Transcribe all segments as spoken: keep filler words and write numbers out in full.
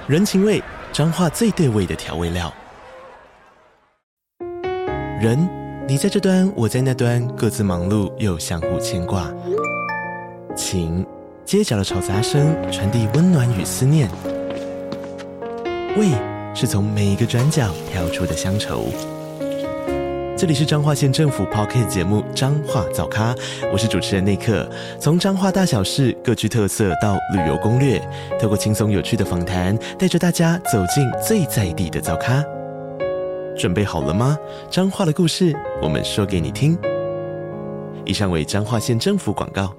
人情味，彰化最对味的调味料。人，你在这端，我在那端，各自忙碌又相互牵挂。情，街角的吵杂声传递温暖与思念。味，是从每一个转角跳出的乡愁。这里是彰化县政府 Podcast 节目《彰化早咖》，我是主持人内克。从彰化大小事各具特色到旅游攻略，透过轻松有趣的访谈，带着大家走进最在地的早咖。准备好了吗？彰化的故事，我们说给你听。以上为彰化县政府广告。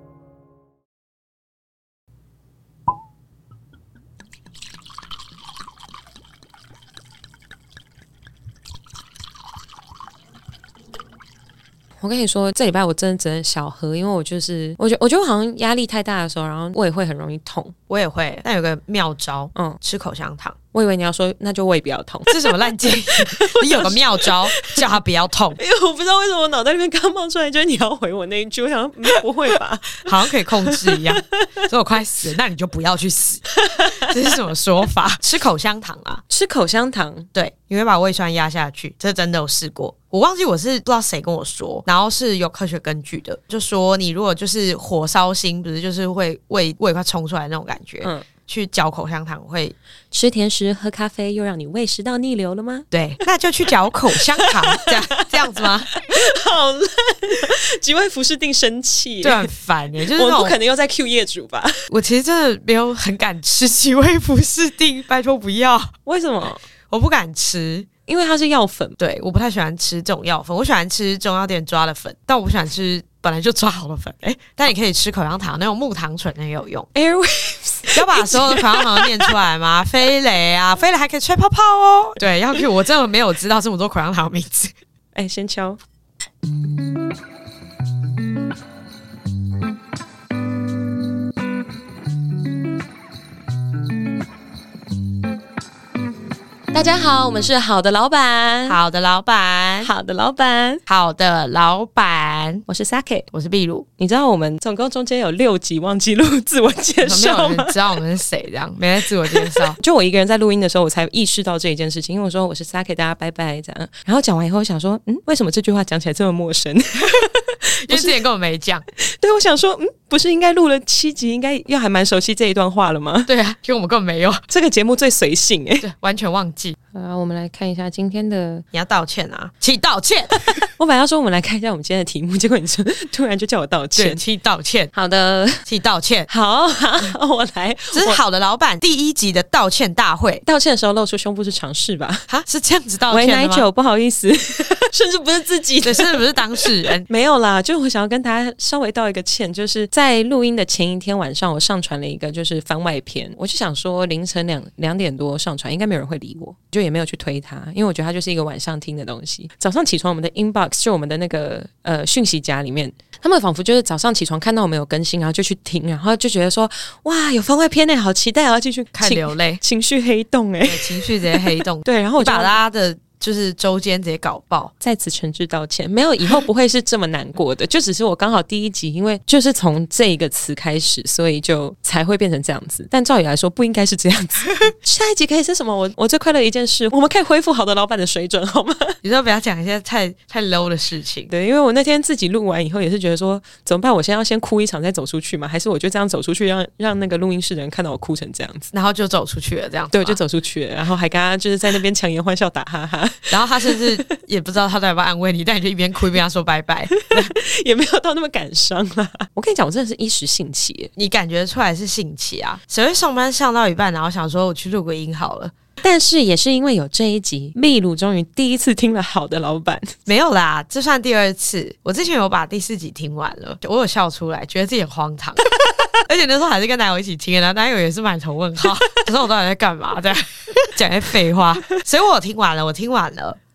我跟你说，这礼拜我真的只能小喝，因为我就是我觉得我觉得我好像压力太大的时候，然后胃会很容易痛。 我也会，但有个妙招， 嗯， 吃口香糖。 我以为你要说那就胃不要痛， 这是什么烂建议？你有个妙招，叫他不要痛。 因为我不知道为什么我脑袋里面刚冒出来就是你要回我那一句，我想、嗯、不会吧， 好像可以控制一样。所以我快死了，那你就不要去死。这是什么说法？吃口香糖啊， 吃口香糖， 对，你会把胃酸压下去，这真的有试过。我忘记我是不知道谁跟我说，然后是有科学根据的，就说你如果就是火烧心，不是就是会胃胃快冲出来那种感觉，嗯。去嚼口香糖会吃甜食喝咖啡又让你胃食道逆流了吗？ 对，那就去嚼口香糖。这样这样子吗？ 好烂，几位服饰定生气， 对，很烦耶。就是我们不可能又在 Q 业主吧？ 我其实真的没有很敢吃几位服饰定，拜托不要。 为什么？ 我不敢吃。 因为它是药粉， 对，我不太喜欢吃这种药粉，我喜欢吃中药店抓的粉，但我不喜欢吃本来就抓好的粉。哎，但你可以吃口香糖，那种木糖醇很有用。 Airwaves， 要把所有的口香糖念出来吗？飞雷啊，飞雷还可以吹泡泡哦。对，要 Q 我真的没有知道这么多口香糖的名字。 哎，先敲。大家好，我们是好的老板， 好的老板， 好的老板， 好的老板。 我是 Sake， 我是秘鲁。 你知道我们总共中间有六集忘记录自我介绍吗？ 没有人知道我们是谁，这样没在自我介绍。 就我一个人在录音的时候，我才意识到这一件事情，因为我说我是 Sake， 大家拜拜这样。然后讲完以后，我想说，嗯，为什么这句话讲起来这么陌生？ 因为之前根本没讲。 对，我想说，嗯，不是应该录了七集，应该要还蛮熟悉这一段话了吗？ 对啊，因为我们根本没有。这个节目最随性哎、欸， 对，完全忘记。 啊，我们来看一下今天的， 你要道歉啊，请道歉。 我本来要说我们来看一下我们今天的题目，结果你说突然就叫我道歉， 请道歉。 好的， 请道歉。 好，好，我来。 这是好的老板第一集的道歉大会。 道歉的时候露出胸部是常事吧？ 哈，是这样子道歉的吗？ 喂，奶酒，不好意思，甚至不是自己的， 甚至不是当事人。 没有啦，就我想要跟大家稍微道一个歉，就是在录音的前一天晚上，我上传了一个就是番外篇，我就想说凌晨两两点多上传，应该没有人会理我，就也没有去推它。因为我觉得它就是一个晚上听的东西。早上起床，我们的 inbox 就我们的那个呃讯息夹里面，他们仿佛就是早上起床看到我们有更新，然后就去听，然后就觉得说哇有番外篇耶，好期待，要继续看流泪， 情绪黑洞哎， 情绪直接黑洞。 对，然后我就把大家的就是周间直接搞爆， 在此诚挚道歉。没有，以后不会是这么难过的，就只是我刚好第一集，因为就是从这个词开始，所以就才会变成这样子。但照理来说，不应该是这样子。下一集可以是什么？我我最快乐的一件事，我们可以恢复好的老板的水准，好吗？ 你说不要讲一些太太 low 的事情。 对，因为我那天自己录完以后，也是觉得说怎么办？我现在要先哭一场再走出去吗？还是我就这样走出去，让让那个录音室的人看到我哭成这样子， 然后就走出去了，这样子。 对，我就走出去了，然后还跟他就是在那边强颜欢笑打哈哈， 然后他甚至也不知道他到底要不要安慰你，但你就一边哭一边跟他说拜拜， 也没有到那么感伤啦。我跟你讲，我真的是一时兴起耶， 你感觉出来是兴起啊？谁会上班上到一半，然后想说我去录个音好了？ 但是也是因为有这一集，秘鲁终于第一次听了好的老板。 没有啦，这算第二次。我之前有把第四集听完了，我有笑出来，觉得自己很荒唐。而且那时候还是跟男友一起听，然后男友也是满头问号，可是我到底在干嘛？这样讲些废话。所以我有听完了，我听完了。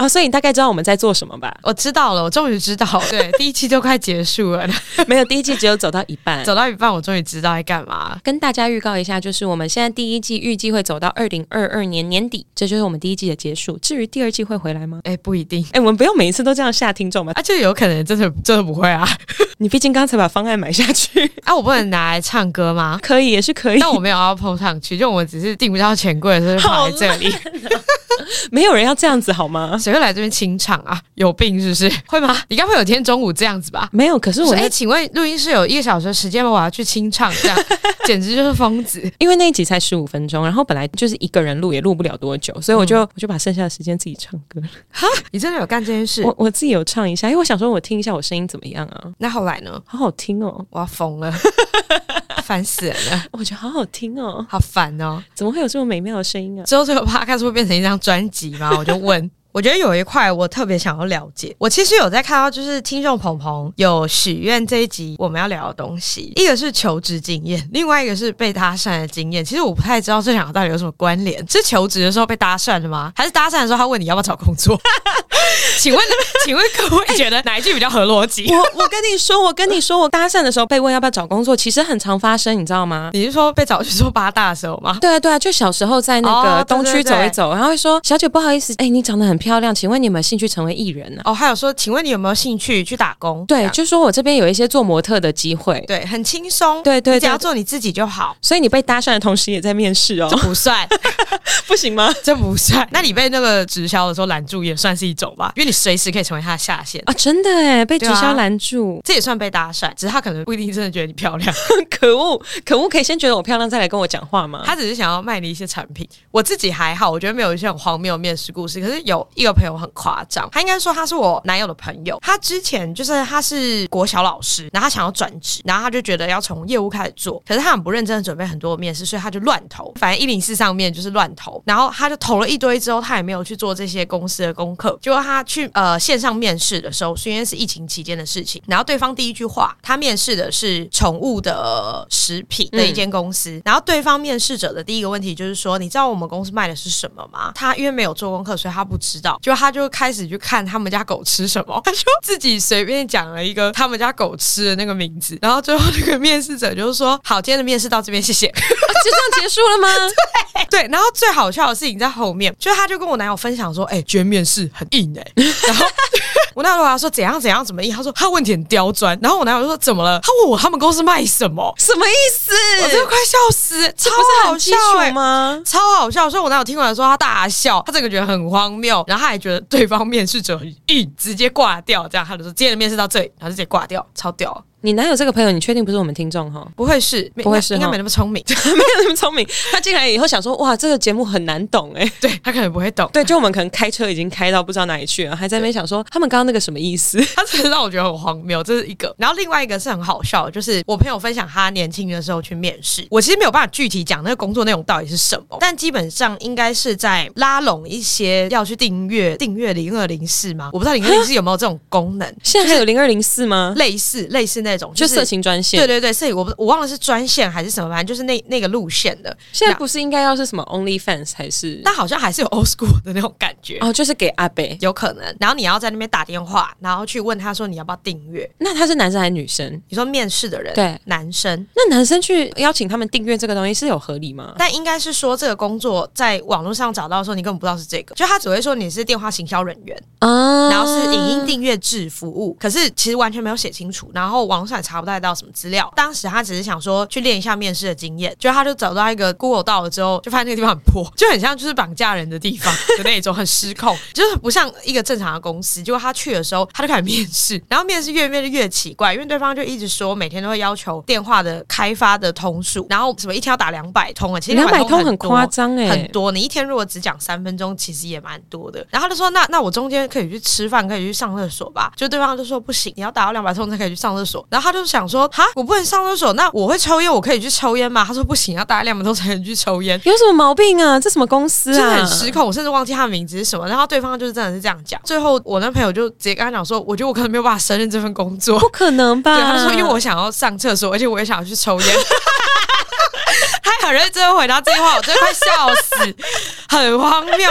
哦，所以你大概知道我们在做什么吧？ 我知道了，我终于知道了。对，第一季就快结束了， 没有，第一季只有走到一半， 走到一半我终于知道在干嘛。 跟大家预告一下，就是我们现在第一季预计会走到二零二二年年底，这就是我们第一季的结束。至于第二季会回来吗？ 哎，不一定。 哎，我们不用每一次都这样吓听众吧？ 啊，就有可能真的真的不会啊。 你毕竟刚才把方案买下去啊，我不能拿来唱歌吗？ 可以，也是可以， 但我没有要碰上去，就我们只是订不到钱柜的时候放在这里。 没有人要这样子好吗？ 谁会来这边清唱啊？有病是不是？会吗？你该不会有天中午这样子吧？ 没有，可是我哎，请问录音室有一个小时的时间吗？我要去清唱，这样简直就是疯子。 因为那一集才十五分钟，然后本来就是一个人录，也录不了多久，所以我就、嗯、我就把剩下的时间自己唱歌。 哈，你真的有干这件事？ 我我自己有唱一下，因为我想说我听一下我声音怎么样啊。 那后来呢？ 好好听哦， 我要疯了。烦死人了， 我觉得好好听哦， 好烦哦， 怎么会有这么美妙的声音啊？ 之后这个 podcast 会变成一张专辑吗？我就问。我觉得有一块我特别想要了解，我其实有在看到就是听众鹏鹏有许愿这一集我们要聊的东西，一个是求职经验，另外一个是被搭讪的经验。其实我不太知道这两个到底有什么关联，是求职的时候被搭讪的吗？还是搭讪的时候他问你要不要找工作？请问请问各位觉得哪一句比较合逻辑？ 我我跟你说我跟你说我搭讪的时候被问要不要找工作其实很常发生，你知道吗？ 你是说被找去做八大的时候吗？ 对啊对啊，就小时候在那个东区走一走、哦、对对对，然后会说小姐不好意思，哎、欸，你长得很漂亮，请问你有没有兴趣成为艺人呢、啊？ 哦，还有说请问你有没有兴趣去打工？ 对，就说我这边有一些做模特的机会， 对，很轻松， 对 对, 对， 你只要做你自己就好。 所以你被搭讪的同时也在面试哦， 这不算不行吗？ 这不算。那你被那个直销的时候拦住也算是一种吧，因为你随时可以成为他的下线啊！真的耶，被直销拦住、啊、 这也算被搭讪，只是他可能不一定真的觉得你漂亮。 可恶可恶，可以先觉得我漂亮再来跟我讲话吗？ 他只是想要卖你一些产品。我自己还好，我觉得没有一些很荒谬的面试故事，可是有一个朋友很夸张，他应该说他是我男友的朋友，他之前就是他是国小老师，然后他想要转职，然后他就觉得要从业务开始做，可是他很不认真的准备很多的面试，所以他就乱投，反正一零四上面就是乱投，然后他就投了一堆之后，他也没有去做这些公司的功课，结果他去呃线上面试的时候，因为是疫情期间的事情，然后对方第一句话，他面试的是宠物的食品的一间公司、嗯、然后对方面试者的第一个问题就是说，你知道我们公司卖的是什么吗？他因为没有做功课，所以他不知道，就他就开始去看他们家狗吃什么，他就自己随便讲了一个他们家狗吃的那个名字，然后最后那个面试者就说好，今天的面试到这边，谢谢、啊、 就这样结束了吗？ 对对，然后最好笑的事情在后面，就他就跟我男友分享说，哎、欸，觉得面试很硬哎、欸，然后我男友就说怎样怎样怎么硬，他说他问题很刁钻，然后我男友就说怎么了？他问我他们公司卖什么？ 什么意思？ 我真的快笑死，超好笑哎、欸、吗？超好笑，所以我男友听完说他大笑，他这个觉得很荒谬，然后他还觉得对方面试者很硬，直接挂掉，这样他就说今天的面试到这里，然后就直接挂掉，超屌。 你男友这个朋友，你确定不是我们听众哈？ 不会是， 不会是， 应该没那么聪明， 没有那么聪明。他进来以后想说，哇，这个节目很难懂哎、欸， 对他可能不会懂。 对，就我们可能开车已经开到不知道哪里去了，还在那边想说他们刚刚那个什么意思？ 他真的让我觉得很荒谬，这是一个。然后另外一个是很好笑的，就是我朋友分享他年轻的时候去面试，我其实没有办法具体讲那个工作内容到底是什么，但基本上应该是在拉拢一些要去订阅订阅零二零四吗？我不知道零二零四有没有这种功能， 现在还有零二零四吗？ 类似类似那种，就是就色情专线， 对对对，所以我我忘了是专线还是什么，反正就是那那个路线的。 现在不是应该要是什么 OnlyFans 还是？ 但好像还是有 old school 的那种感觉哦，就是给阿北有可能。然后你要在那边打电话，然后去问他说你要不要订阅。 那他是男生还是女生？ 你说面试的人， 对， 男生。 那男生去邀请他们订阅这个东西是有合理吗？ 但应该是说这个工作在网络上找到的时候，你根本不知道是这个，就他只会说你是电话行销人员啊，然后是影音订阅制服务，可是其实完全没有写清楚，然后网络上也查不太到什么资料。当时他只是想说去练一下面试的经验，就他就找到一个 Google 到了之后，就发现那个地方很破，就很像就是绑架人的地方的那种，很失控，就是不像一个正常的公司。结果他去的时候，他就开始面试，然后面试越面越奇怪，因为对方就一直说每天都会要求电话的开发的通数，然后什么一天要打两百通啊，其实两百通很夸张哎， 很多。你一天如果只讲三分钟，其实也蛮多的。然后他就说那那我中间可以去吃饭，可以去上厕所吧？就对方就说不行，你要打到两百通才可以去上厕所。然后他就想说哈，我不能上厕所，那我会抽烟，我可以去抽烟吗？他说不行，要打到两百通才能去抽烟。 有什么毛病啊？这什么公司啊？ 就是很失控，我甚至忘记他的名字是什么。然后对方就是真的是这样讲。最后我那朋友就直接跟他讲说，我觉得我可能没有办法胜任这份工作。 不可能吧？ 对，他就说因为我想要上厕所，而且我也想要去抽烟。他很认真回答这句话，我真的快笑死，很荒谬。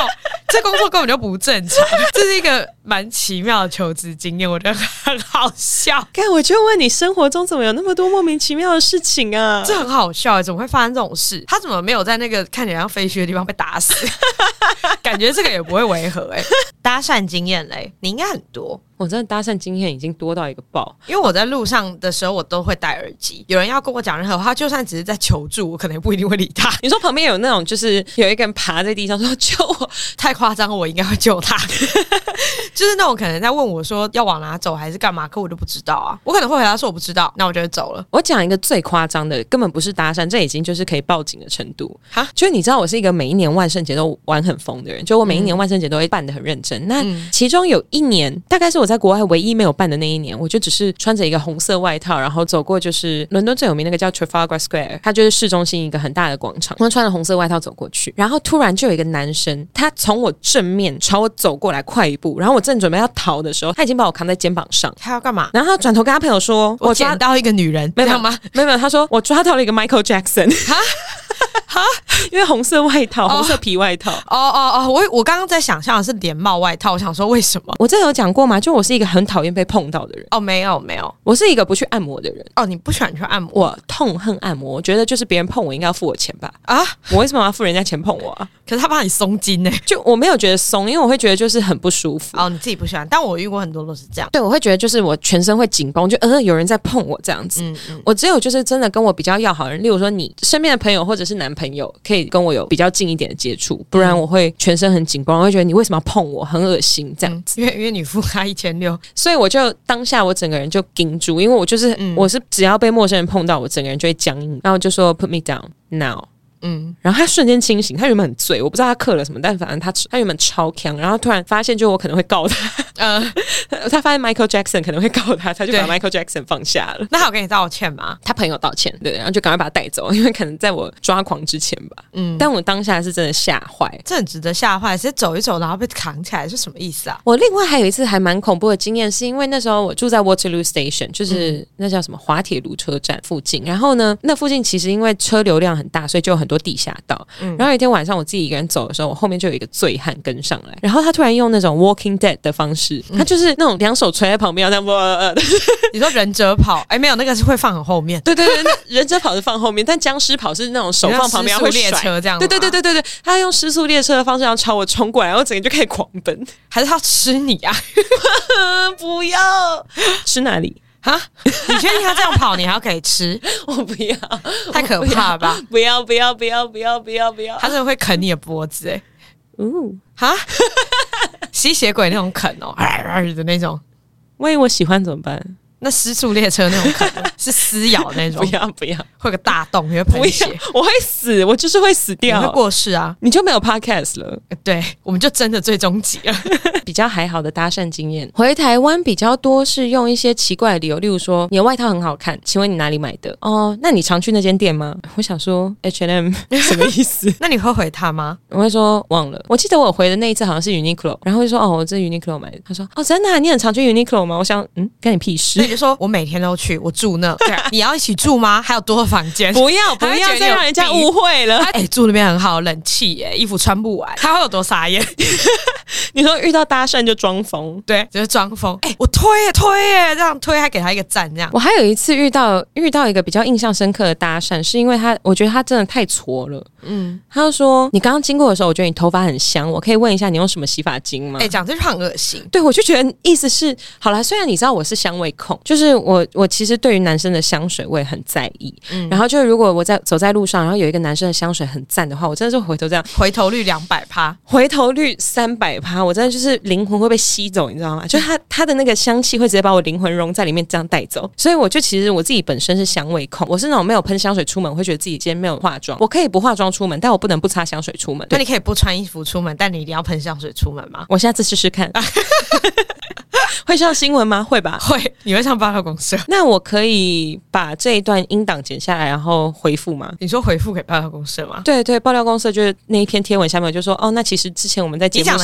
这工作根本就不正常，这是一个蛮奇妙的求职经验，我觉得很好笑。 干，我就问你，生活中怎么有那么多莫名其妙的事情啊？ 这很好笑、欸，怎么会发生这种事？他怎么没有在那个看起来像废墟的地方被打死？感觉这个也不会违和哎、欸。搭讪经验嘞，你应该很多。 我真的搭讪经验已经多到一个爆， 因为我在路上的时候我都会戴耳机，有人要跟我讲任何话，就算只是在求助，我可能也不一定会理他。 你说旁边有那种就是有一个人爬在地上说救我， 太夸张了，我应该会救他。就是那种可能在问我说要往哪走还是干嘛，可我就不知道啊，我可能会回答说我不知道，那我就会走了。 我讲一个最夸张的，根本不是搭讪，这已经就是可以报警的程度。哈，就是你知道我是一个每一年万圣节都玩很疯的人，就我每一年万圣节都会办得很认真。嗯、那其中有一年，大概是我在国外唯一没有办的那一年，我就只是穿着一个红色外套，然后走过就是伦敦最有名那个叫 Trafalgar Square， 它就是市中心一个很大的广场。我穿着红色外套走过去，然后突然就有一个男生，他从我正面朝我走过来快一步，然后我正准备要逃的时候，他已经把我扛在肩膀上。 他要干嘛？ 然后他转头跟他朋友说：“ 我捡到一个女人， 没有吗？ 没有没有，他说我抓到了一个 Michael Jackson。”哈。哈，因为红色外套，红色皮外套。 哦哦哦，我我刚刚在想象的是连帽外套，我想说为什么？ 我这有讲过吗？就我是一个很讨厌被碰到的人。 哦，没有没有， 我是一个不去按摩的人。 哦，你不喜欢去按摩？ 我痛恨按摩，我觉得就是别人碰我应该要付我钱吧？啊，我为什么要付人家钱碰我啊？ 可是他帮你松筋呢、欸， 就我没有觉得松，因为我会觉得就是很不舒服。 哦，你自己不喜欢，但我遇过很多都是这样。 对，我会觉得就是我全身会紧绷，就呃有人在碰我这样子。嗯嗯，我只有就是真的跟我比较要好的人，例如说你身边的朋友或者是男朋友，可以跟我有比较近一点的接触，不然我会全身很紧绷，我会觉得你为什么要碰我，很恶心这样子。 嗯、因为因为你付他一千六， 所以我就当下我整个人就盯住，因为我就是、嗯、我是只要被陌生人碰到，我整个人就会僵硬，然后就说 Put me down now。嗯，然后他瞬间清醒，他原本很醉，我不知道他嗑了什么，但反正他他原本超强，然后突然发现就我可能会告他，呃，他发现 Michael Jackson 可能会告他，他就把 Michael Jackson 放下了。 那他有跟你道歉吗？ 他朋友道歉，对，然后就赶快把他带走，因为可能在我抓狂之前吧。嗯，但我当下是真的吓坏， 这很值得吓坏，直接走一走然后被扛起来是什么意思啊？ 我另外还有一次还蛮恐怖的经验，是因为那时候我住在 Waterloo Station， 就是、嗯、那叫什么滑铁卢车站附近，然后呢，那附近其实因为车流量很大，所以就有很多地下道。嗯、然后有一天晚上我自己一个人走的时候，我后面就有一个醉汉跟上来，然后他突然用那种 Walking Dead 的方式，嗯、他就是那种两手垂在旁边，这样呃， 你说忍者跑？哎，没有，那个是会放很后面。 对对对，那忍者跑是放后面，但僵尸跑是那种手放旁边会甩。 列车这样。 对对对对对对，他用失速列车的方式要朝我冲过来，然后整个就开始狂奔。 还是他吃你啊？ 不要吃哪里？ 哈，你确定他这样跑你还要给吃？ 我不要， 太可怕了吧！ 不要不要不要不要不要不要， 他真的会啃你的脖子哎、欸！ 嗯， 哈，吸血鬼那种啃哦，的那种。 万一我喜欢怎么办？ 那失速列车那种啃是撕咬那种， 不要不要， 会有个大洞，你会喷血， 我会死，我就是会死掉， 你会过世啊， 你就没有 podcast 了。 对，我们就真的最终极了。 比较还好的搭讪经验，回台湾比较多是用一些奇怪的理由，例如说你的外套很好看，请问你哪里买的？哦，那你常去那间店吗？我想说 H and M 什么意思？ 那你会回他吗？ 我会说忘了，我记得我回的那一次好像是 Uniqlo， 然后就说哦，我这 Uniqlo 买的。他说哦，真的、啊，你很常去 Uniqlo 吗？我想嗯，干你屁事。 就说我每天都去，我住那。对，你要一起住吗？还有多少房间？ 不要不要再让人家误会了。 哎、欸，住那边很好，冷气耶，衣服穿不完，他会有多傻眼？ 你说遇到搭讪就装疯， 对，就是装疯。哎、欸，我推耶推耶，这样推还给他一个赞，这样。 我还有一次遇到遇到一个比较印象深刻的搭讪，是因为他，我觉得他真的太挫了。嗯，他就说你刚刚经过的时候，我觉得你头发很香，我可以问一下你用什么洗发精吗？ 哎、欸，讲这句话很恶心。 对，我就觉得意思是，好啦，虽然你知道我是香味控，就是我我其实对于男生的香水我也很在意。嗯，然后就如果我在走在路上，然后有一个男生的香水很赞的话，我真的是回头这样， 回头率两百趴， 回头率三百趴，我真的就是灵魂会被吸走，你知道吗？就是他他的那个香气会直接把我灵魂融在里面，这样带走。所以我就其实我自己本身是香味控，我是那种没有喷香水出门，我会觉得自己今天没有化妆，我可以不化妆出门，但我不能不擦香水出门。 那你可以不穿衣服出门，但你一定要喷香水出门吗？ 我下次试试看。会上新闻吗？会吧， 会。你会上爆料公社？ 那我可以把这一段音档剪下来，然后回复吗？ 你说回复给爆料公社吗？ 对对，爆料公社就是那一篇贴文下面我就说，哦，那其实之前我们在节目上， 你讲的很像你已经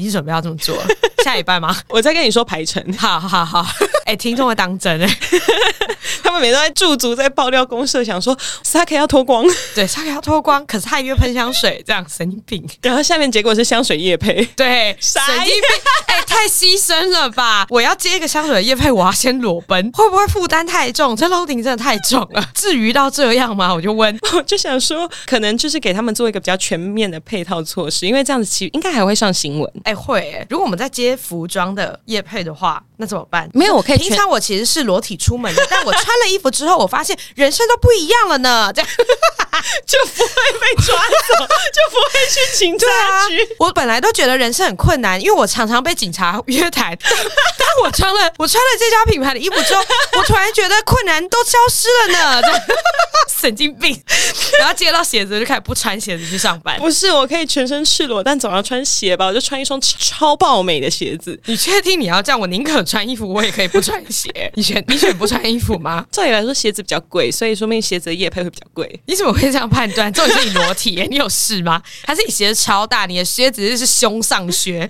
经准备要这么做了。下礼拜吗？ 我再跟你说排程。 好好好，哎、欸，听众会当真哎、欸， 他们每都在驻足在爆料公社，想说 Sake 要脱光， 对 ，Sake 要脱光，可是他约喷香水，这样神经病。 然后下面结果是香水业配， 对，神经病，哎、欸，太牺牲了吧！我要接一个香水的业配，我要先裸奔，会不会负担太重？这 loading 真的太重了，至于到这样吗？我就问， 我就想说，可能就是给他们做一个比较全面的配套措施，因为这样子其实应该还会上新闻。 哎、欸，会、欸，如果我们在接服装的业配的话，那怎么办？ 没有，我可以。 平常我其实是裸体出门的，但我穿了衣服之后，我发现人生都不一样了呢，这样就不会被抓走，就不会去警察局、啊。 我本来都觉得人生很困难，因为我常常被警察约谈，但我穿了我穿了这家品牌的衣服之后，我突然觉得困难都消失了呢，神经病。然后接到鞋子就开始不穿鞋子去上班。 不是，我可以全身赤裸，但总要穿鞋吧？我就穿一双超爆美的鞋子。 你确定你要这样？我宁可穿衣服，我也可以不穿鞋。你选你选不穿衣服吗？ 照理来说，鞋子比较贵，所以说明鞋子的业配会比较贵。 你怎么会这样判断？这是你裸体、欸，你有事吗？还是你鞋子超大？你的靴子是胸上靴？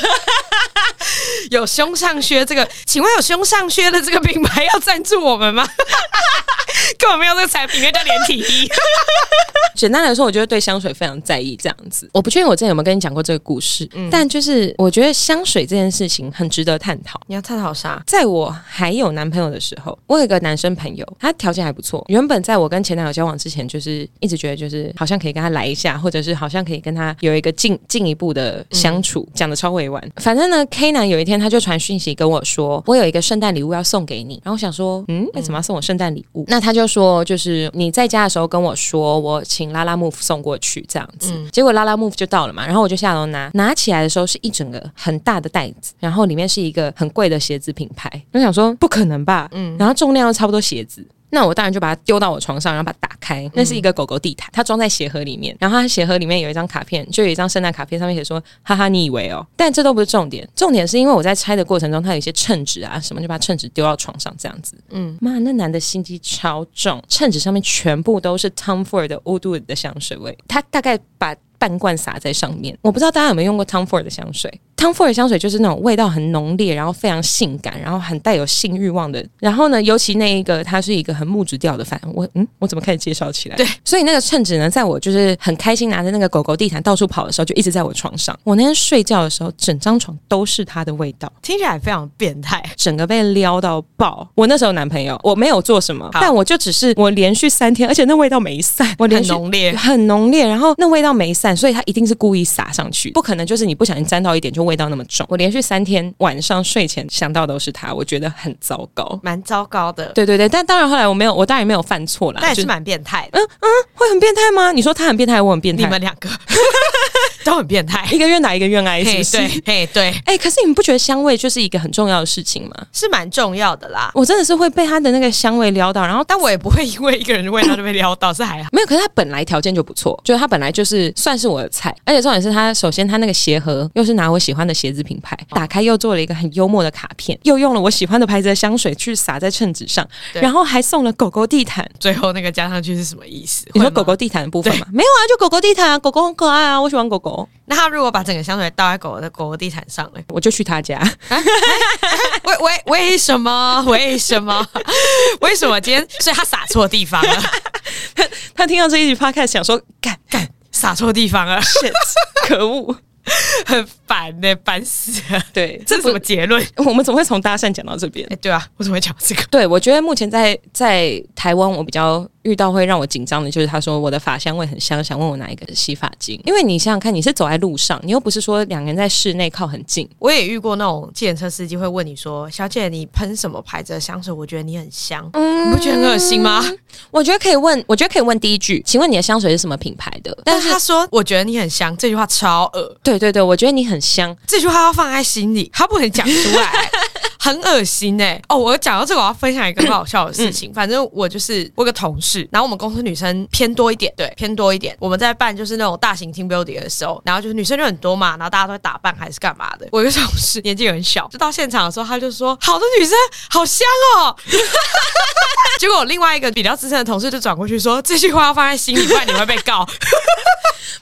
有胸上靴这个？请问有胸上靴的这个品牌要赞助我们吗？根本没有这个产品，因为叫连体衣。 简单来说，我觉得对香水非常在意这样子。我不确定我之前有没有跟你讲过这个故事，嗯、但就是我觉得香水这件事情很值得探讨。 你要探讨啥？ 在我还有男朋友的时候，我有一个男生朋友，他条件还不错。原本在我跟前男友交往之前，就是一直觉得就是好像可以跟他来一下，或者是好像可以跟他有一个进进一步的相处，讲得超委婉。反正呢 ，K 男有一天他就传讯息跟我说，我有一个圣诞礼物要送给你。然后我想说，嗯，为什么要送我圣诞礼物？嗯、那他就说，就是你在家的时候跟我说，我请拉拉 move 送过去这样子。嗯、结果拉拉 move 就到了嘛，然后我就下楼拿，拿起来的时候是一整个很大的袋子，然后里面是一个很贵的鞋子品牌。我想说，不可能吧？嗯，然后重量又差不多鞋子。那我当然就把它丢到我床上，然后把它打开。那是一个狗狗地毯，它装在鞋盒里面。然后它鞋盒里面有一张卡片，就有一张圣诞卡片，上面写说：“哈哈，你以为哦？”但这都不是重点，重点是因为我在拆的过程中，它有一些称纸啊什么，就把称纸丢到床上这样子。嗯，妈，那男的心机超重，称纸上面全部都是 Tom Ford 的 Oud Wood 的香水味，他大概把半罐洒在上面。我不知道大家有没有用过 Tom Ford 的香水。Tom Ford 的香水就是那种味道很浓烈，然后非常性感，然后很带有性欲望的。然后呢，尤其那一个它是一个很木质调的，反我嗯，我怎么开始介绍起来？对，所以那个称纸呢，在我就是很开心拿着那个狗狗地毯到处跑的时候，就一直在我床上。我那天睡觉的时候，整张床都是它的味道， 听起来非常变态， 整个被撩到爆。我那时候男朋友，我没有做什么，但我就只是我连续三天，而且那味道没散，我连续很浓烈， 很浓烈，然后那味道没散，所以他一定是故意撒上去，不可能就是你不小心沾到一点就味道那么重。我连续三天晚上睡前想到都是他，我觉得很糟糕， 蛮糟糕的。 对对对，但当然后来我没有，我当然没有犯错啦， 但也是蛮变态的。 嗯嗯，会很变态吗？你说他很变态，我很变态， 你们两个都很变态， 一个愿打一个愿挨，是不是？ 嘿对，对。 哎、欸，可是你们不觉得香味就是一个很重要的事情吗？ 是蛮重要的啦。 我真的是会被他的那个香味撩到，然后但我也不会因为一个人的味道就被撩到，是还好。 没有，可是他本来条件就不错，就是他本来就是算是我的菜，而且重点是他首先他那个鞋盒又是拿我喜欢的鞋子品牌，打开又做了一个很幽默的卡片，又用了我喜欢的牌子的香水去洒在称纸上，然后还送了狗狗地毯。 最后那个加上去是什么意思？ 你说狗狗地毯的部分吗？没有啊，就狗狗地毯啊，狗狗很可爱啊，我喜欢狗狗。 那他如果把整个香水倒在狗的狗狗地毯上嘞， 我就去他家。 啊、为为为什么？为什么？为什么今天？所以他撒错地方了。 他他听到这一集 podcast 想说，干干撒错地方了 ，shit， 可恶。 很烦呢、欸，烦死了。 对， 这是什么结论？ 我们怎么会从搭讪讲到这边？ 哎、欸，对啊，我怎么会讲这个？ 对，我觉得目前在在台湾，我比较遇到会让我紧张的，就是他说我的发香味很香，想问我哪一个洗发精。因为你想想看，你是走在路上，你又不是说两个人在室内靠很近。 我也遇过那种计程车司机会问你说：“小姐，你喷什么牌子的香水？我觉得你很香。”嗯，你不觉得很恶心吗？ 我觉得可以问，我觉得可以问第一句，请问你的香水是什么品牌的？ 但是他说我觉得你很香，这句话超恶。 对对对，我觉得你很香， 这句话要放在心里，他不能讲出来。很恶心哎、欸！哦，我讲到这个，我要分享一个很好笑的事情。嗯、反正我就是我有个同事，然后我们公司女生偏多一点，对，偏多一点。我们在办就是那种大型 team building 的时候，然后就是女生就很多嘛，然后大家都会打扮还是干嘛的。我有个同事年纪很小，就到现场的时候，他就说：“好多女生好香哦。”结果我另外一个比较资深的同事就转过去说：“这句话要放在心里，不然你会被告。”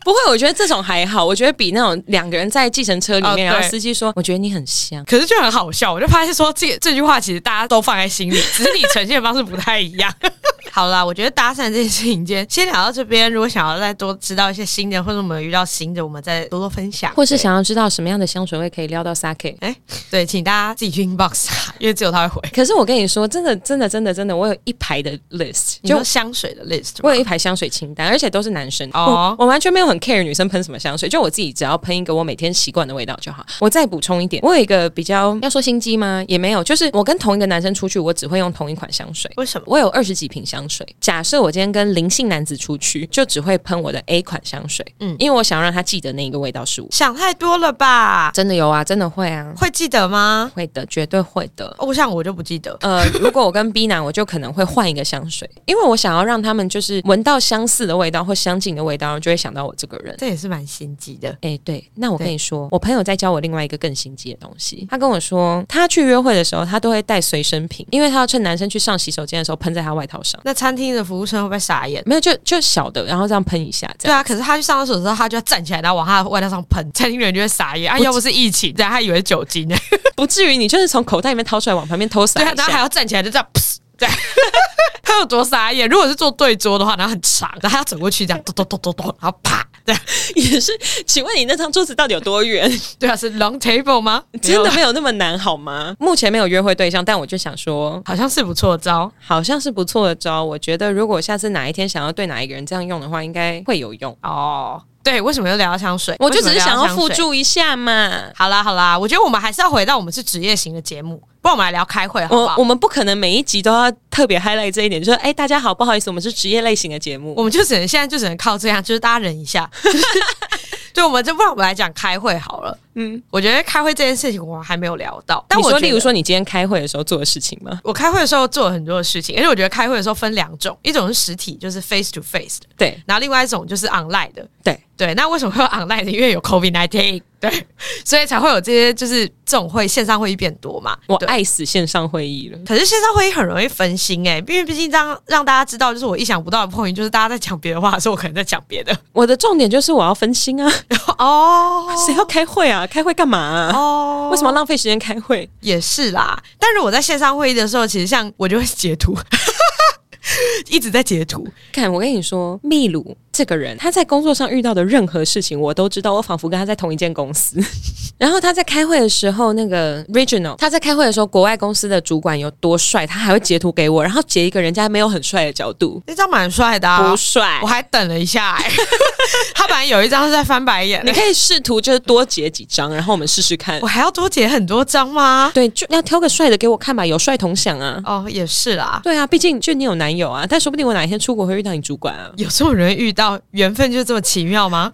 不会，我觉得这种还好，我觉得比那种两个人在计程车里面， 哦、 然后司机说我觉得你很香， 可是就很好笑，我就发现说这这句话其实大家都放在心里，只是你呈现的方式不太一样。好啦，我觉得搭讪这件事情间先聊到这边，如果想要再多知道一些新的，或者我们有遇到新的，我们再多多分享， 或是想要知道什么样的香水味可以撩到 Sake， 哎，对，请大家自己去 inbox 啊，因为只有他会回。 可是我跟你说，真的真的真的真的，我有一排的 list， 就香水的 list， 我有一排香水清单，而且都是男生。 哦， 我, 我完全没有很 care 女生喷什么香水，就我自己只要喷一个我每天习惯的味道就好。我再补充一点，我有一个比较要说心机吗？也没有，就是我跟同一个男生出去，我只会用同一款香水。 为什么？ 我有二十几瓶香水，假设我今天跟灵性男子出去，就只会喷我的 A 款香水，嗯，因为我想要让他记得那一个味道是我。 想太多了吧？ 真的有啊，真的会啊， 会记得吗？ 会的，绝对会的。 哦，像我就不记得。 呃，如果我跟 B 男，我就可能会换一个香水，因为我想要让他们就是闻到相似的味道或相近的味道，就会想到我这个人。 这也是蛮心机的。 哎、欸，对，那我跟你说，我朋友在教我另外一个更心机的东西。他跟我说，他去约会的时候，他都会带随身瓶，因为他要趁男生去上洗手间的时候喷在他外套上。 那餐厅的服务生会不会傻眼？ 没有，就就小的，然后这样喷一下。 对啊，可是他去上厕所的时候，他就要站起来，然后往他的外套上喷，餐厅人就会傻眼啊！要不是疫情，对，他以为是酒精呢， 不至于你就是从口袋里面掏出来往旁边偷撒一下， 对，然后还要站起来就这样，对，他有多傻眼？如果是坐对桌的话，然后很长，然后他要走过去这样，咚咚咚咚咚，然后啪，对， 也是。请问你那张桌子到底有多远？ 对啊，是 long table 吗？ 真的没有那么难好吗？目前没有约会对象，但我就想说， 好像是不错的招， 好像是不错的招。我觉得如果下次哪一天想要对哪一个人这样用的话，应该会有用哦。对，为什么又聊到香水？ 我就只是想要附注一下嘛。 好啦好啦，我觉得我们还是要回到我们是职业型的节目，不然我们来聊开会好不好？ 我我们不可能每一集都要特别 highlight 这一点，就是哎、欸，大家好，不好意思，我们是职业类型的节目， 我们就只能现在就只能靠这样，就是大家忍一下。对，我们就不然我们来讲开会好了。嗯，我觉得开会这件事情我还没有聊到。但我你说，例如说你今天开会的时候做的事情吗？ 我开会的时候做了很多的事情，而且我觉得开会的时候分两种，一种是实体，就是 face to face 的， 对， 然后另外一种就是 online 的， 对对。那为什么会有 online 的？因为有 COVID 十九， 对，所以才会有这些就是这种会线上会议变多嘛。 我爱死线上会议了， 可是线上会议很容易分心哎、欸，因为毕竟这样让大家知道，就是我意想不到的 point， 就是大家在讲别的话的时候，我可能在讲别的。 我的重点就是我要分心啊。 哦， 谁要开会啊？开会干嘛啊？哦，为什么要浪费时间开会？ 也是啦，但如果在线上会议的时候，其实像我就会截图。一直在截图。 看，我跟你说，秘鲁这个人，他在工作上遇到的任何事情，我都知道，我仿佛跟他在同一间公司。然后他在开会的时候，那个 Regional， 他在开会的时候，国外公司的主管有多帅，他还会截图给我，然后截一个人家没有很帅的角度。 那张蛮帅的啊， 不帅， 我还等了一下、欸。他本来有一张是在翻白眼、欸， 你可以试图就是多截几张，然后我们试试看。 我还要多截很多张吗？ 对，就要挑个帅的给我看吧，有帅同享啊。 哦，也是啦。 对啊，毕竟就你有男友啊，但说不定我哪一天出国会遇到你主管啊。 有这种人遇到，缘分就这么奇妙吗？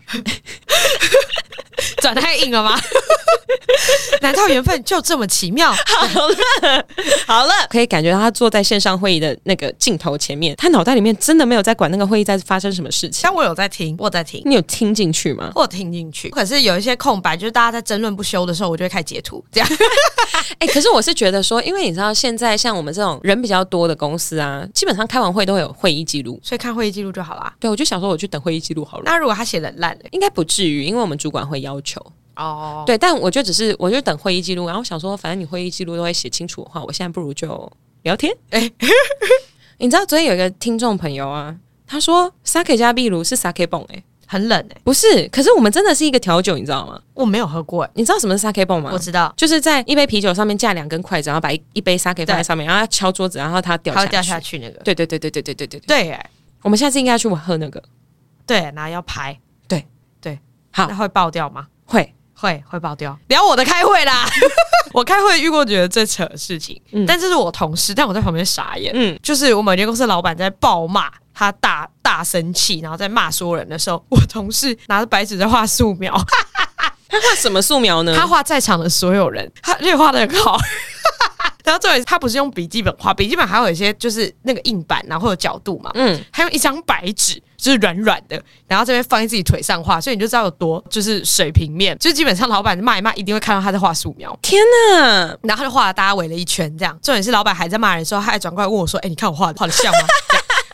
转太硬了吗？难道缘分就这么奇妙？ 好了，好了，可以感觉到他坐在线上会议的那个镜头前面，他脑袋里面真的没有在管那个会议在发生什么事情。 但我有在听，我在听， 你有听进去吗？ 我有听进去，可是有一些空白，就是大家在争论不休的时候，我就会开始截图，这样。 哎、欸，可是我是觉得说，因为你知道现在像我们这种人比较多的公司啊，基本上开完会都会有会议记录， 所以看会议记录就好啦。 对，我就想说我去等会议记录好了。 那如果他写得很烂嘞， 应该不至于，因为我们主管会要求。 哦， 对，但我就只是，我就等会议记录，然后想说，反正你会议记录都会写清楚的话，我现在不如就聊天。哎、欸，你知道昨天有一个听众朋友啊，他说 Sake 加秘鲁是 Sake 泵，哎， 很冷哎、欸， 不是，可是我们真的是一个调酒，你知道吗？ 我没有喝过、欸， 你知道什么是 Sake 泵吗？ 我知道， 就是在一杯啤酒上面架两根筷子，然后把一一杯 Sake 放在上面，然后敲桌子，然后它掉下去， 它会掉下去那个。 对对对对对对对对对，哎， 我们下次应该要去喝那个。 对，然后要拍， 对对， 好， 那会爆掉吗？ 会。 会会爆掉，聊我的开会啦！我开会遇过觉得最扯的事情，嗯、但这是我同事，但我在旁边傻眼。嗯，就是我们有间公司的老板在暴骂他大大生气，然后在骂所有人的时候，我同事拿着白纸在画素描。 他画什么素描呢？ 他画在场的所有人，他略画得很好。然后重点他不是用笔记本画，笔记本还有一些就是那个硬板，然后会有角度嘛。嗯，还有一张白纸，就是软软的，然后这边放在自己腿上画，所以你就知道有多就是水平面。就基本上老板骂一骂，一定会看到他在画素描。 天哪！ 然后他就画了大家围了一圈这样。重点是老板还在骂人的时候，他还转过来问我说：“哎、欸，你看我画画的像吗？”这样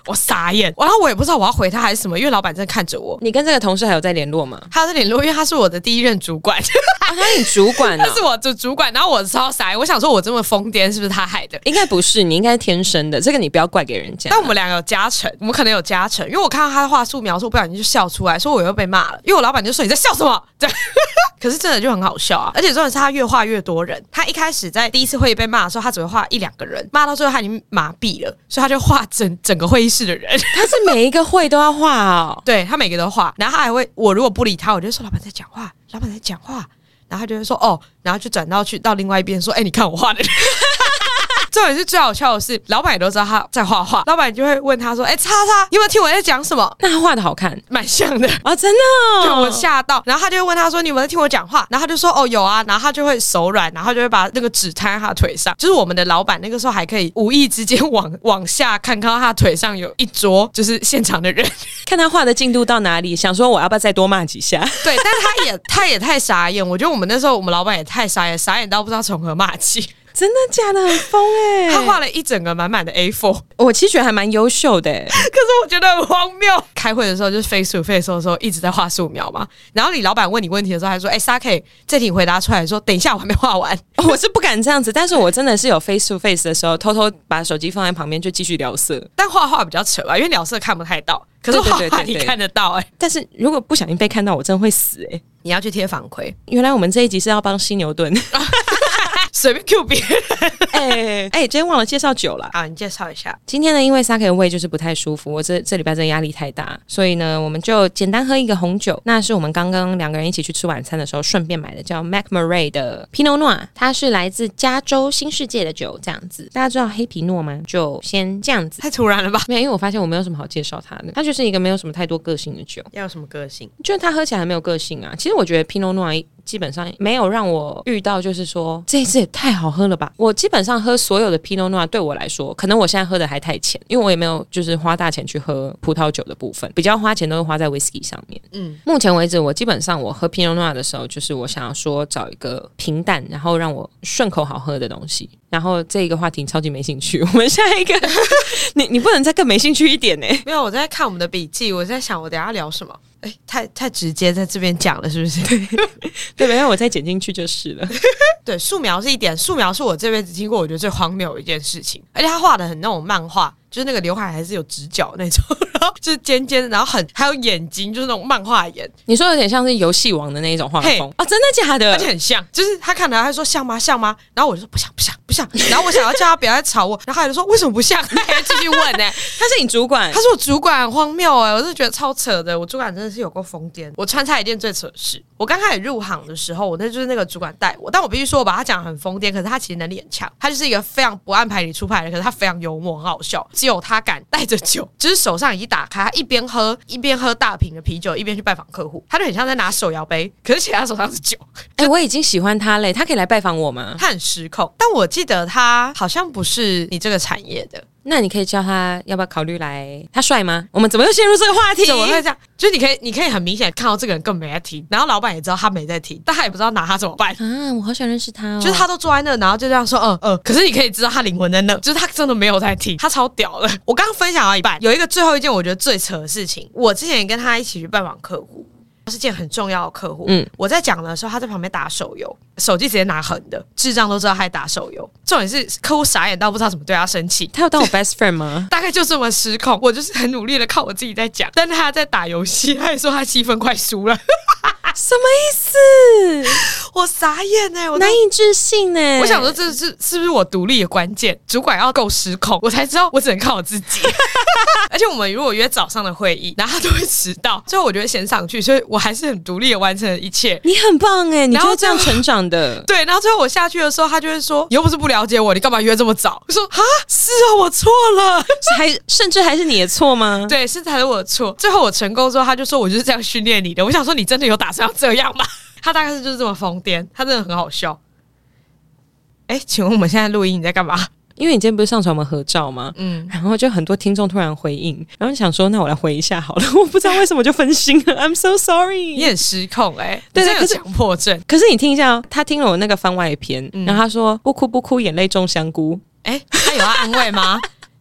我傻眼，然后我也不知道我要回他还是什么，因为老板真的看着我。 你跟这个同事还有在联络吗？ 他有在联络，因为他是我的第一任主管。 啊，他是你主管啊？ 他是我的主管，然后我超傻眼，我想说我这么疯癫是不是他害的？ 应该不是，你应该是天生的，这个你不要怪给人家。 但我们两个有加成，我们可能有加成，因为我看到他的话术描述，不小心就笑出来，说我又被骂了，因为我老板就说你在笑什么？对，可是真的就很好笑啊！而且重点是他越画越多人，他一开始在第一次会议被骂的时候，他只会画一两个人，骂到最后他已经麻痹了，所以他就画整整个会议室的人。 他是每一个会都要画哦， 对他每个都画，然后他还会，我如果不理他，我就说老板在讲话，老板在讲话，然后他就会说哦，然后就转到去到另外一边说，哎、欸，你看我画的人。重点是最好笑的是，老板也都知道他在画画，老板就会问他说：“哎、欸，叉叉，你有没有听我在讲什么？” 那他画的好看， 蛮像的哦，真的、哦， 对我吓到。然后他就会问他说：“你有没有听我讲话？”然后他就说：“哦，有啊。”然后他就会手软，然后就会把那个纸摊在他腿上。就是我们的老板那个时候还可以无意之间往往下看，看到他腿上有一桌，就是现场的人， 看他画的进度到哪里，想说我要不要再多骂几下？对， 但他也他也太傻眼。我觉得我们那时候我们老板也太傻眼，傻眼到不知道从何骂起。 真的假的？很疯哎、欸！ 他画了一整个满满的 A 四， 我其实觉得还蛮优秀的、欸，可是我觉得很荒谬。开会的时候就是 face to face 的时候一直在画素描嘛，然后你老板问你问题的时候还说：“哎、欸、，Saki， 这题回答出来说，等一下我还没画完。” 我是不敢这样子，但是我真的是有 face to face 的时候，偷偷把手机放在旁边就继续聊色。 但画画比较扯吧，因为聊色看不太到，可是画画你看得到哎、欸。 但是如果不小心被看到，我真的会死哎、欸！ 你要去贴反馈。 原来我们这一集是要帮犀牛顿。 随便 Q 别人， 哎哎、欸，今天忘了介绍酒了。 好，你介绍一下。 今天呢，因为 Saki 的胃就是不太舒服，我这这礼拜真的压力太大，所以呢，我们就简单喝一个红酒。那是我们刚刚两个人一起去吃晚餐的时候顺便买的，叫 McMurray 的 Pinot Noir， 它是来自加州新世界的酒，这样子。大家知道黑皮诺吗？就先这样子。 太突然了吧？ 没有，因为我发现我没有什么好介绍它的，它就是一个没有什么太多个性的酒。 要有什么个性？ 就是它喝起来还没有个性啊。其实我觉得 Pinot Noir基本上没有让我遇到，就是说这一次也太好喝了吧！我基本上喝所有的 Pinot Noir， 对我来说，可能我现在喝的还太浅，因为我也没有就是花大钱去喝葡萄酒的部分，比较花钱都是花在 whisky 上面。嗯，目前为止，我基本上我喝 Pinot Noir 的时候，就是我想要说找一个平淡，然后让我顺口好喝的东西。然后这一个话题超级没兴趣，我们下一个，你你不能再更没兴趣一点呢、欸？ 没有，我在看我们的笔记，我在想我等一下聊什么。哎，太太直接在这边讲了，是不是？ 对，没有，我再剪进去就是了。 对，素描是一点，素描是我这辈子听过我觉得最荒谬的一件事情，而且他画的很那种漫画，就是那个刘海还是有直角那种，然后就是尖尖的，然后很还有眼睛，就是那种漫画眼。 你说有点像是游戏王的那一种画风啊、哦？真的假的？ 而且很像，就是他看到他说像吗像吗？然后我就说不像不像不像，然后我想要叫他不要再吵我，然后他就说为什么不像？他还继续问呢、欸。 他是你主管？ 他是我主管，很荒谬哎、欸，我就觉得超扯的。我主管真的是有够疯癫。我穿插一件最扯的事，我刚开始入行的时候，我那就是那个主管带我，但我必须说我把他讲很疯癫，可是他其实能力很强，他就是一个非常不按牌理出牌的，可是他非常幽默，很好笑。只有他敢带着酒，就是手上已经打开，他一边喝一边喝大瓶的啤酒，一边去拜访客户，他就很像在拿手摇杯，可是其实他手上是酒。 哎、欸，我已经喜欢他嘞，他可以来拜访我吗？ 他很失控，但我记得他好像不是你这个产业的。 那你可以叫他要不要考虑来？他帅吗？我们怎么又陷入这个话题？ 怎么会这样？就是你可以，你可以很明显看到这个人根本没在听，然后老板也知道他没在听，但他也不知道拿他怎么办啊！我好想认识他哦。 就是他都坐在那，然后就这样说，嗯嗯。可是你可以知道他灵魂在那，就是他真的没有在听，他超屌的。我刚刚分享到一半，有一个最后一件我觉得最扯的事情，我之前也跟他一起去拜访客户。是件很重要的客户，嗯，我在讲的时候，他在旁边打手游，手机直接拿横的，智障都知道他在打手游。重点是客户傻眼到不知道怎么对他生气。 他有当我 best friend 吗？ 大概就这么失控。我就是很努力的靠我自己在讲，但是他在打游戏，他也说他七分快输了。 什么意思？ 我傻眼哎、欸，我难以置信哎、欸！ 我想说这是是不是我独立的关键？主管要够失控，我才知道我只能靠我自己。而且我们如果约早上的会议，然后他都会迟到，最后我就会先上去，所以我还是很独立的完成了一切。 你很棒哎、欸，你就是这样成长的。 对，然后最后我下去的时候，他就会说：“你又不是不了解我，你干嘛约这么早？”我说：“啊，是啊，我错了。” 还甚至还是你的错吗？ 对，是还是我的错。最后我成功之后，他就说：“我就是这样训练你的。”我想说：“你真的有打算要这样吗？”他大概是就是这么疯癫，他真的很好笑。哎，请问我们现在录音你在干嘛？ 因为你今天不是上传我们合照吗？嗯，然后就很多听众突然回应，然后想说那我来回一下好了，我不知道为什么就分心了 ，I'm so sorry。 你很失控哎、欸， 对对， 有强迫症。 可是你听一下、哦，他听了我那个番外篇，嗯、然后他说不哭不哭，眼泪种香菇。 哎，他有要安慰吗？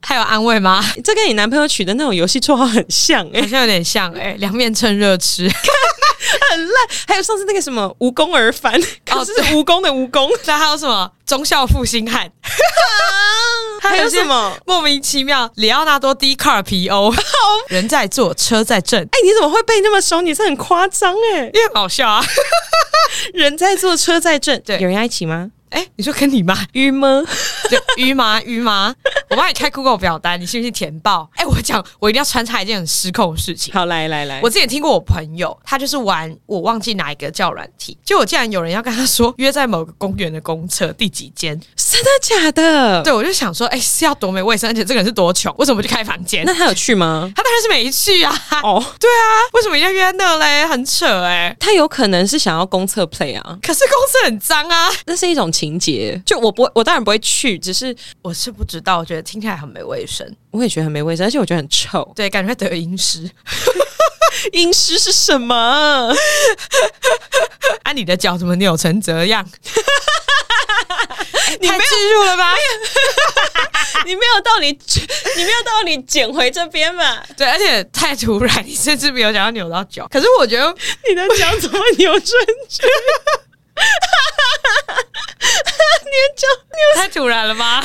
还有安慰吗？ 这跟你男朋友取的那种游戏绰号很像哎、欸， 好像有点像哎、欸，凉面趁热吃， 很烂。还有上次那个什么无功而返，可是是无功的无功。 那还有什么忠孝复兴汉？ 还有什么莫名其妙？里奥纳多 D 卡 P O， 人在做，车在震。 哎、欸，你怎么会背那么熟？你是很夸张哎， 因为很好笑啊。 人在做，车在震。 对， 有人要一起吗？ 哎、欸，你说跟你妈鱼吗？ 对，鱼妈鱼妈，我帮你开 Google 表单，你信不信填报？哎、欸，我讲，我一定要穿插一件很失控的事情。 好，来来来， 我之前听过我朋友，他就是玩我忘记哪一个叫软体，结果竟然有人要跟他说约在某个公园的公厕第几间， 真的假的？ 对，我就想说，哎、欸，是要多没卫生，而且这个人是多穷，为什么不去开房间？ 那他有去吗？ 他当然是没去啊。 哦， 对啊，为什么一定要约在那嘞？很扯哎、欸。 他有可能是想要公厕 play 啊， 可是公厕很脏啊， 那是一种情节。就我不会，我当然不会去，只是我是不知道，我觉得听起来很没卫生。 我也觉得很没卫生，而且我觉得很臭。 对，感觉会得阴湿。 阴湿是什么？ 啊，你的脚怎么扭成这样？ 你没有置入了吧？ 你没有到你，你没有到你捡回这边吧？ 对，而且太突然，你甚至没有想要扭到脚。可是我觉得你的脚怎么扭顺去？你的脚扭太突然了吧？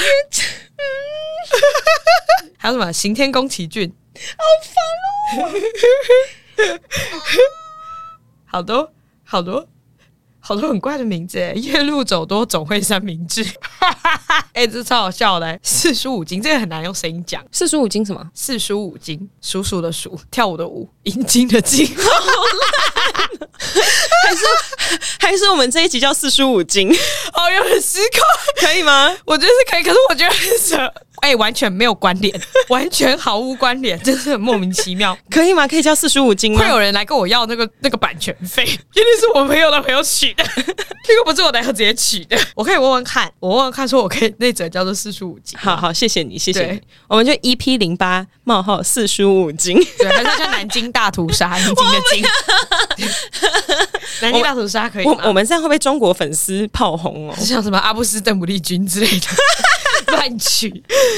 还有什么行天宫奇骏？ 好烦哦！ 好多好多好多很怪的名字哎，夜路走多总会三明治。哎、欸，这超好笑的、欸。四书五经这个很难用声音讲。 四书五经什么？ 四书五经，数数的数，跳舞的舞，阴茎的茎。好烂， 还是还是我们这一集叫四书五经？ 好有点失控， 可以吗？ 我觉得是可以，可是我觉得很扯。哎、欸，完全没有关联，完全毫无关联，真是很莫名其妙。 可以吗？可以叫四书五经吗？ 会有人来跟我要那个那个版权费，一定是我朋友的朋友取的，这个不是我男友直接取的。我可以问问看，我问问看，说我可以那则叫做四书五经。 好好，谢谢你，谢谢你。我们就 E P 零八冒号四书五经， 对，还是叫南京大屠杀，南京的京，南京大屠杀可以吗？ 我我们这样会被中国粉丝炮红哦？ 是像什么阿布斯邓布利君之类的。乱取，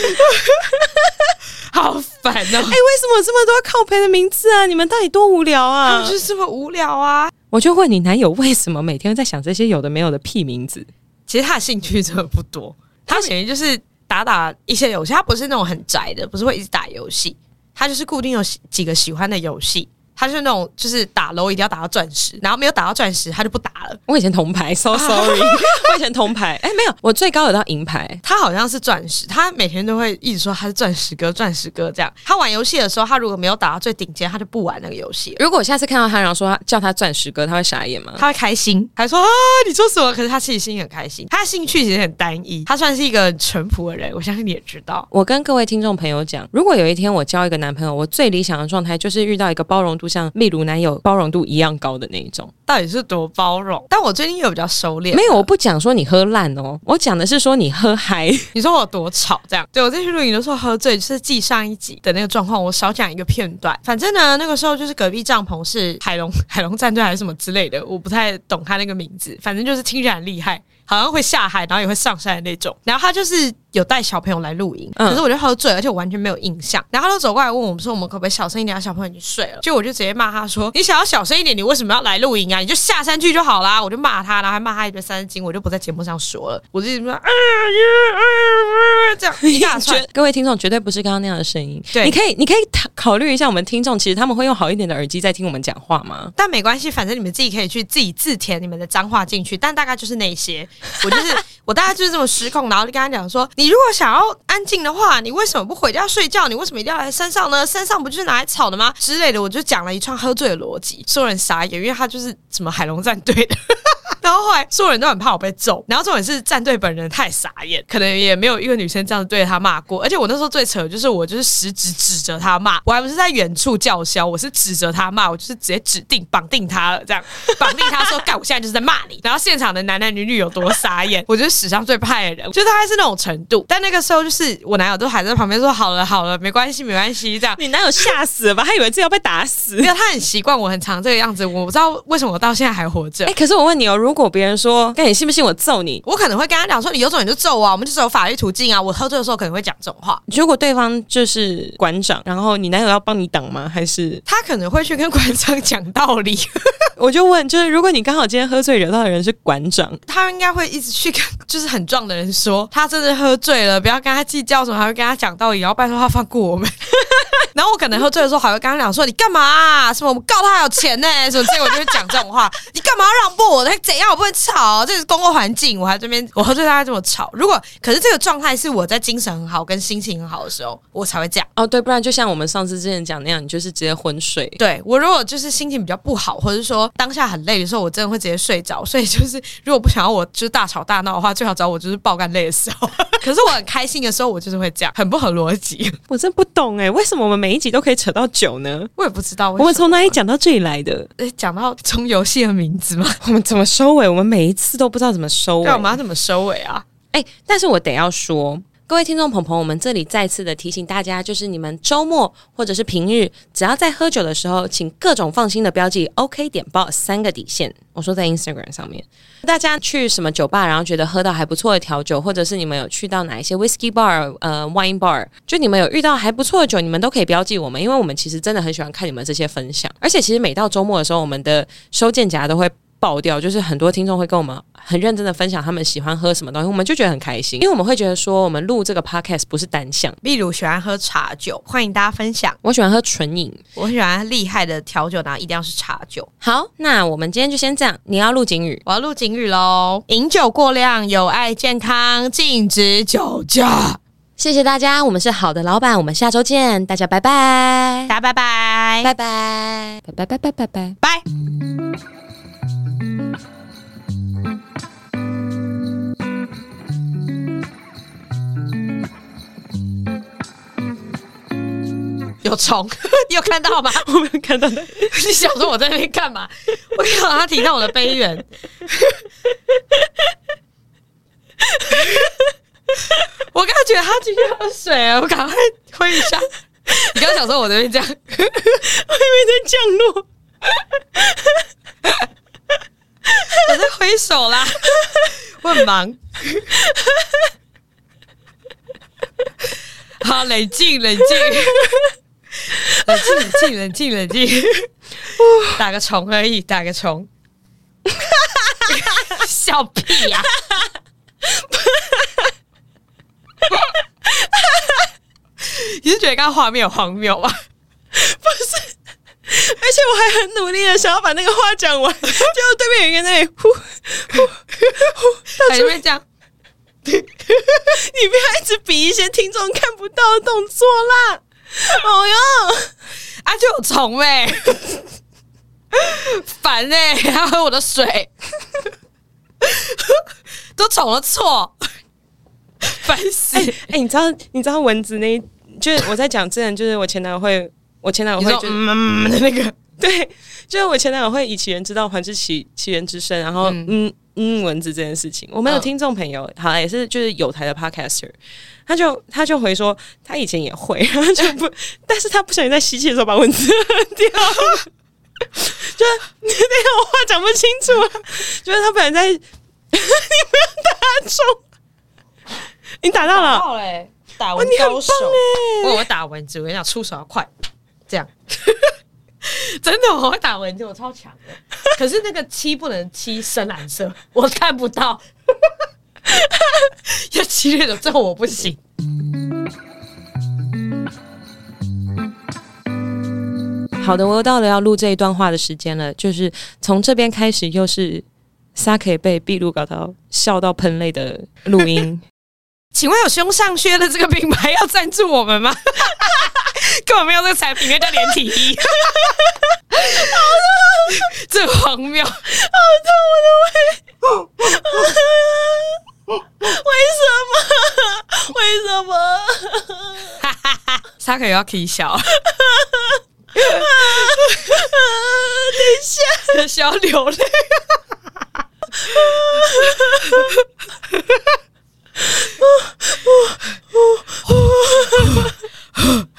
好烦哦！哎、欸，为什么有这么多靠北的名字啊？你们到底多无聊啊？ 就是这么无聊啊！ 我就问你男友，为什么每天在想这些有的没有的屁名字？ 其实他的兴趣真的不多，他等于就是打打一些游戏，他不是那种很宅的，不是会一直打游戏，他就是固定有几个喜欢的游戏。他是那种就是打楼一定要打到钻石，然后没有打到钻石他就不打了。 我以前铜牌 ，so sorry， 我以前铜牌，哎、欸、没有，我最高有到银牌。 他好像是钻石，他每天都会一直说他是钻石哥，钻石哥这样。他玩游戏的时候，他如果没有打到最顶尖，他就不玩那个游戏。 如果我下次看到他，然后说他叫他钻石哥，他会傻眼吗？ 他会开心，还说啊你说什么？可是他其实心里很开心。他的兴趣其实很单一，他算是一个很淳朴的人，我相信你也知道。 我跟各位听众朋友讲，如果有一天我交一个男朋友，我最理想的状态就是遇到一个包容度像秘鲁男友包容度一样高的那一种。 到底是多包容？但我最近有比较收敛。 没有，我不讲说你喝烂哦，我讲的是说你喝嗨。 你说我多吵这样？对，我在去录影的时候喝醉，就是继上一集的那个状况，我少讲一个片段。反正呢，那个时候就是隔壁帐篷是海龙海龙战队还是什么之类的，我不太懂他那个名字。反正就是听起来很厉害，好像会下海，然后也会上山的那种。然后他就是有带小朋友来露营，可是我就喝醉，而且我完全没有印象。然后他就走过来问我们说，我们可不可以小声一点？小朋友已经睡了。结果我就直接骂他说：“你想要小声一点，你为什么要来露营啊？你就下山去就好啦！”我就骂他，然后还骂他一堆三字经，我就不在节目上说了。我就说：“啊这样一大串。” 各位听众绝对不是刚刚那样的声音。 对， 你可以，你可以考虑一下，我们听众其实他们会用好一点的耳机在听我们讲话吗？ 但没关系，反正你们自己可以去自己自填你们的脏话进去，但大概就是那些。我就是我大概就是这么失控，然后就跟他讲说：“你如果想要安静的话，你为什么不回家睡觉？你为什么一定要来山上呢？山上不就是拿来吵的吗？”之类的，我就讲了一串喝醉的逻辑，所有人傻眼，因为他就是什么海龙战队的。然后后来所有人都很怕我被揍，然后重点是战队本人太傻眼，可能也没有一个女生这样对他骂过。而且我那时候最扯的就是我就是实质指着他骂，我还不是在远处叫嚣，我是指着他骂，我就是直接指定绑定他了，这样绑定他说干，我现在就是在骂你。然后现场的男男女女有多傻眼，我就是史上最派的人，就大概是那种程度。但那个时候就是我男友都还在旁边说好了好了，没关系没关系这样。 你男友吓死了吧？他以为自己要被打死。 没有，他很习惯我很常这个样子，我不知道为什么我到现在还活着。 哎、欸，可是我问你哦，如如果别人说干你信不信我揍你， 我可能会跟他讲说你有种你就揍啊，我们就走法律途径啊。我喝醉的时候可能会讲这种话。 如果对方就是馆长，然后你男友要帮你挡吗？还是他可能会去跟馆长讲道理？ 我就问，就是如果你刚好今天喝醉惹到的人是馆长， 他应该会一直去跟就是很壮的人说他真的喝醉了，不要跟他计较什么，还会跟他讲道理，然后拜托他放过我们。然后我可能喝醉的时候还会跟他讲说你干嘛啊，什么我们告他有钱呢、欸，什么之类，我就会讲这种话。你干嘛要让步？他怎样？我不能吵，这是公共环境，我还这边我喝醉大家这么吵。如果可是这个状态是我在精神很好跟心情很好的时候，我才会这样。 哦，对，不然就像我们上次之前讲那样，你就是直接昏睡。 对，我如果就是心情比较不好，或者是说当下很累的时候，我真的会直接睡着。所以就是如果不想要我就是大吵大闹的话，最好找我就是爆干累的时候。可是我很开心的时候，我就是会这样，很不合逻辑。 我真不懂哎，为什么我们每一集都可以扯到酒呢？ 我也不知道为什么， 我们从哪里讲到这里来的？ 讲到从游戏的名字吗？ 我们怎么收尾？我们每一次都不知道怎么收尾。 对，我们要怎么收尾啊？ 哎、欸，但是我得要说，各位听众朋友，我们这里再次的提醒大家，就是你们周末或者是平日，只要在喝酒的时候，请各种放心的标记 OK 点爆三个底线。我说在 Instagram 上面，大家去什么酒吧，然后觉得喝到还不错的调酒，或者是你们有去到哪一些 Whisky Bar、呃 Wine Bar， 就你们有遇到还不错的酒，你们都可以标记我们，因为我们其实真的很喜欢看你们这些分享，而且其实每到周末的时候，我们的收件夹都会爆掉，就是很多听众会跟我们很认真的分享他们喜欢喝什么东西，我们就觉得很开心，因为我们会觉得说我们录这个 podcast 不是单向。 例如喜欢喝茶酒，欢迎大家分享。 我喜欢喝纯饮， 我喜欢厉害的调酒，然后一定要是茶酒。 好，那我们今天就先这样。你要录警语， 我要录警语咯。饮酒过量有害健康，禁止酒驾。 谢谢大家，我们是好的老板，我们下周见，大家拜拜， 大家拜拜， 拜拜，拜拜拜拜拜拜拜。 有虫，你有看到吗？ 我没有看到的。 你想说我在那边干嘛？我看到他停到我的杯缘。我刚刚觉得他继续喝水，我赶快挥一下。你刚刚想说我在那边这样，我以为在降落。 我在挥手啦，我很忙。好，冷静，冷静。冷静，冷静，冷静，冷静，打个虫而已，打个虫，笑屁呀、啊！你是觉得刚刚画面有荒谬吗？ 不是，而且我还很努力的想要把那个话讲完，结果对面有一个在那里呼呼呼， 在那边这样。 你不要一直比一些听众看不到的动作啦！哦哟， 啊，就有虫哎、欸，烦哎、欸，还要喝我的水，都宠了错，烦死！ 哎、欸欸，你知道你知道蚊子那，就是我在讲之前，就是我前男友会，我前男友会就是嗯的那个， 对，就是我前男友会以其人之道还治其其人之身，然后嗯。嗯嗯，蚊子这件事情，我们有听众朋友，嗯、好也是就是有台的 podcaster， 他就他就回说他以前也会，然后就不，但是他不小心在吸气的时候把蚊子喝掉，就那个我话讲不清楚啊，就是他本来在，你不要打中，你打到了， 打到了、欸，打蚊高手，我会打蚊子，我跟你讲，出手要快，这样。真的我会打蚊子，我超强的。可是那个漆不能漆深蓝色，我看不到。要漆那种，这我不行。 好的，我又到了要录这一段话的时间了，就是从这边开始，又是沙可以被秘鲁搞到笑到喷泪的录音。 请问有胸上靴的这个品牌要赞助我们吗？根本没有这个产品，因为叫连体衣。好痛！这荒谬，好痛！我的胃，为什么？为什么？ 他可能要 K 笑。 等一下， 笑流泪。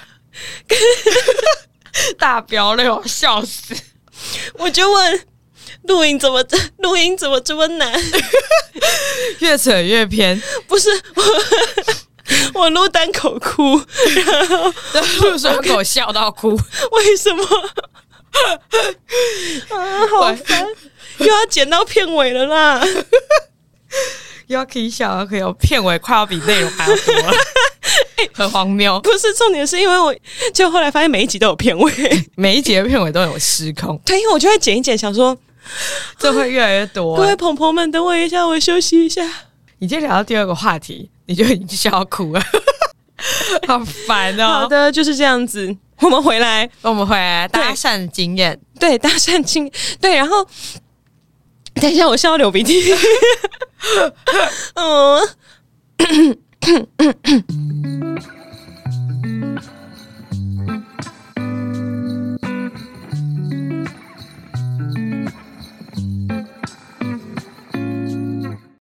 大飙泪，我笑死！ 我就问， 录音怎么录音怎么这么难？ 越扯越偏， 不是我，我录单口哭，然后录双口笑到哭， 为什么？啊，好烦！又要剪到片尾了啦， 又要可以笑，可以有片尾快要比内容还要多了。很荒谬。 不是重点，是因为我就后来发现每一集都有片尾， 每一集的片尾都有失控。 对，因为我就会剪一剪，想说这会越来越多。 各位朋朋们，等我一下，我休息一下。 你今天聊到第二个话题，你就已经笑到哭了，好烦哦。 好的，就是这样子。我们回来， 我们回来搭讪经验， 对搭讪经对，然后等一下，我笑到流鼻涕。嗯。